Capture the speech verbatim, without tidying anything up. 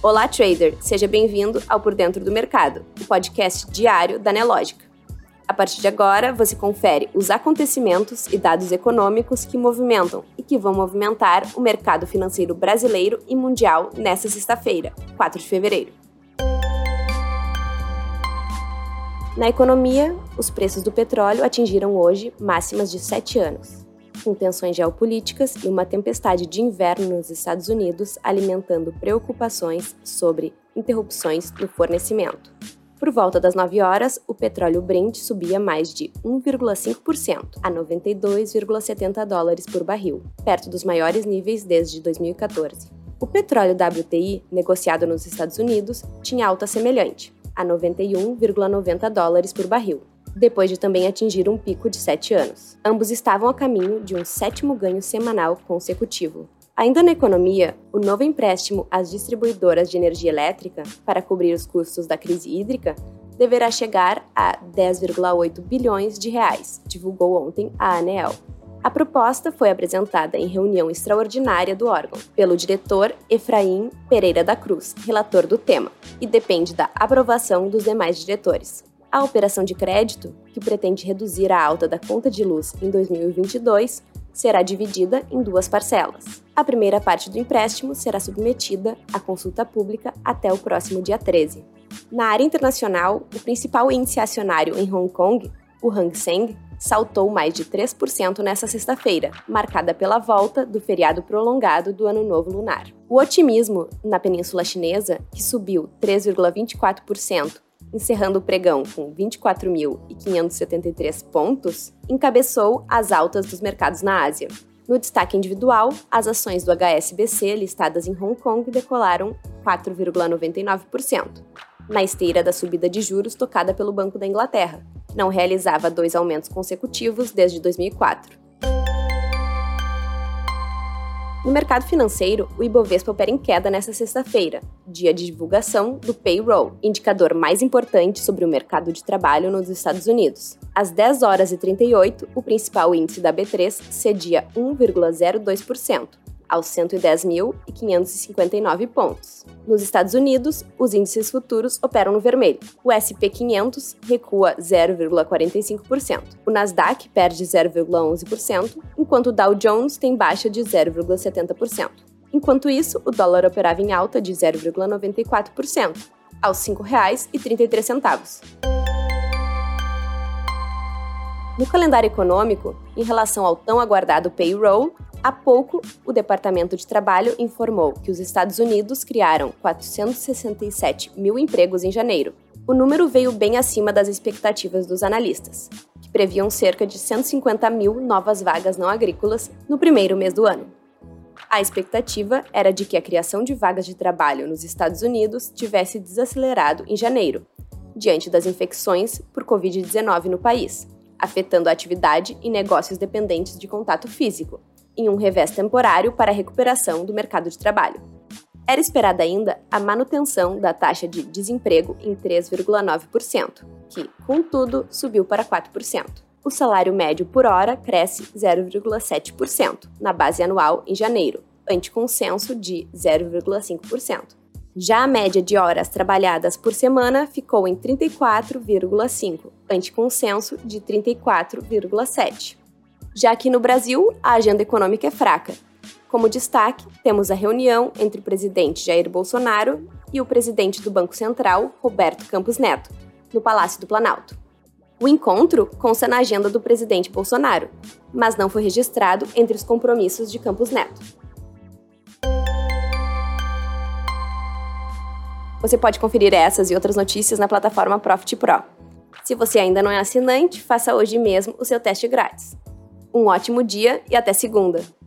Olá, trader! Seja bem-vindo ao Por Dentro do Mercado, o podcast diário da Nelogica. A partir de agora, você confere os acontecimentos e dados econômicos que movimentam e que vão movimentar o mercado financeiro brasileiro e mundial nesta sexta-feira, quatro de fevereiro. Na economia, os preços do petróleo atingiram hoje máximas de sete anos, com tensões geopolíticas e uma tempestade de inverno nos Estados Unidos alimentando preocupações sobre interrupções no fornecimento. Por volta das nove horas, o petróleo Brent subia mais de um vírgula cinco por cento a noventa e dois vírgula setenta dólares por barril, perto dos maiores níveis desde dois mil e quatorze. O petróleo W T I, negociado nos Estados Unidos, tinha alta semelhante, a noventa e um vírgula noventa dólares por barril, depois de também atingir um pico de sete anos. Ambos estavam a caminho de um sétimo ganho semanal consecutivo. Ainda na economia, o novo empréstimo às distribuidoras de energia elétrica para cobrir os custos da crise hídrica deverá chegar a dez vírgula oito bilhões de reais, divulgou ontem a ANEEL. A proposta foi apresentada em reunião extraordinária do órgão pelo diretor Efraim Pereira da Cruz, relator do tema, e depende da aprovação dos demais diretores. A operação de crédito, que pretende reduzir a alta da conta de luz em dois mil e vinte e dois, será dividida em duas parcelas. A primeira parte do empréstimo será submetida à consulta pública até o próximo dia treze. Na área internacional, o principal índice acionário em Hong Kong, o Hang Seng, saltou mais de três por cento nesta sexta-feira, marcada pela volta do feriado prolongado do Ano Novo Lunar. O otimismo na Península Chinesa, que subiu três vírgula vinte e quatro por cento, encerrando o pregão com vinte e quatro mil quinhentos e setenta e três pontos, encabeçou as altas dos mercados na Ásia. No destaque individual, as ações do H S B C listadas em Hong Kong decolaram quatro vírgula noventa e nove por cento, na esteira da subida de juros tocada pelo Banco da Inglaterra, que não realizava dois aumentos consecutivos desde dois mil e quatro. No mercado financeiro, o Ibovespa opera em queda nesta sexta-feira, dia de divulgação do payroll, indicador mais importante sobre o mercado de trabalho nos Estados Unidos. Às dez horas e trinta e oito, o principal índice da B três cedia um vírgula zero dois por cento, aos cento e dez mil quinhentos e cinquenta e nove pontos. Nos Estados Unidos, os índices futuros operam no vermelho. O S e P quinhentos recua zero vírgula quarenta e cinco por cento. O Nasdaq perde zero vírgula onze por cento, enquanto o Dow Jones tem baixa de zero vírgula setenta por cento. Enquanto isso, o dólar operava em alta de zero vírgula noventa e quatro por cento, aos cinco reais e trinta e três centavos. No calendário econômico, em relação ao tão aguardado payroll, há pouco, o Departamento de Trabalho informou que os Estados Unidos criaram quatrocentos e sessenta e sete mil empregos em janeiro. O número veio bem acima das expectativas dos analistas, que previam cerca de cento e cinquenta mil novas vagas não agrícolas no primeiro mês do ano. A expectativa era de que a criação de vagas de trabalho nos Estados Unidos tivesse desacelerado em janeiro, diante das infecções por covid dezenove no país, afetando a atividade e negócios dependentes de contato físico, em um revés temporário para a recuperação do mercado de trabalho. Era esperada ainda a manutenção da taxa de desemprego em três vírgula nove por cento, que, contudo, subiu para quatro por cento. O salário médio por hora cresce zero vírgula sete por cento na base anual em janeiro, ante consenso de zero vírgula cinco por cento. Já a média de horas trabalhadas por semana ficou em trinta e quatro vírgula cinco por cento, ante consenso de trinta e quatro vírgula sete por cento. Já aqui no Brasil, a agenda econômica é fraca. Como destaque, temos a reunião entre o presidente Jair Bolsonaro e o presidente do Banco Central, Roberto Campos Neto, no Palácio do Planalto. O encontro consta na agenda do presidente Bolsonaro, mas não foi registrado entre os compromissos de Campos Neto. Você pode conferir essas e outras notícias na plataforma Profit Pro. Se você ainda não é assinante, faça hoje mesmo o seu teste grátis. Um ótimo dia e até segunda!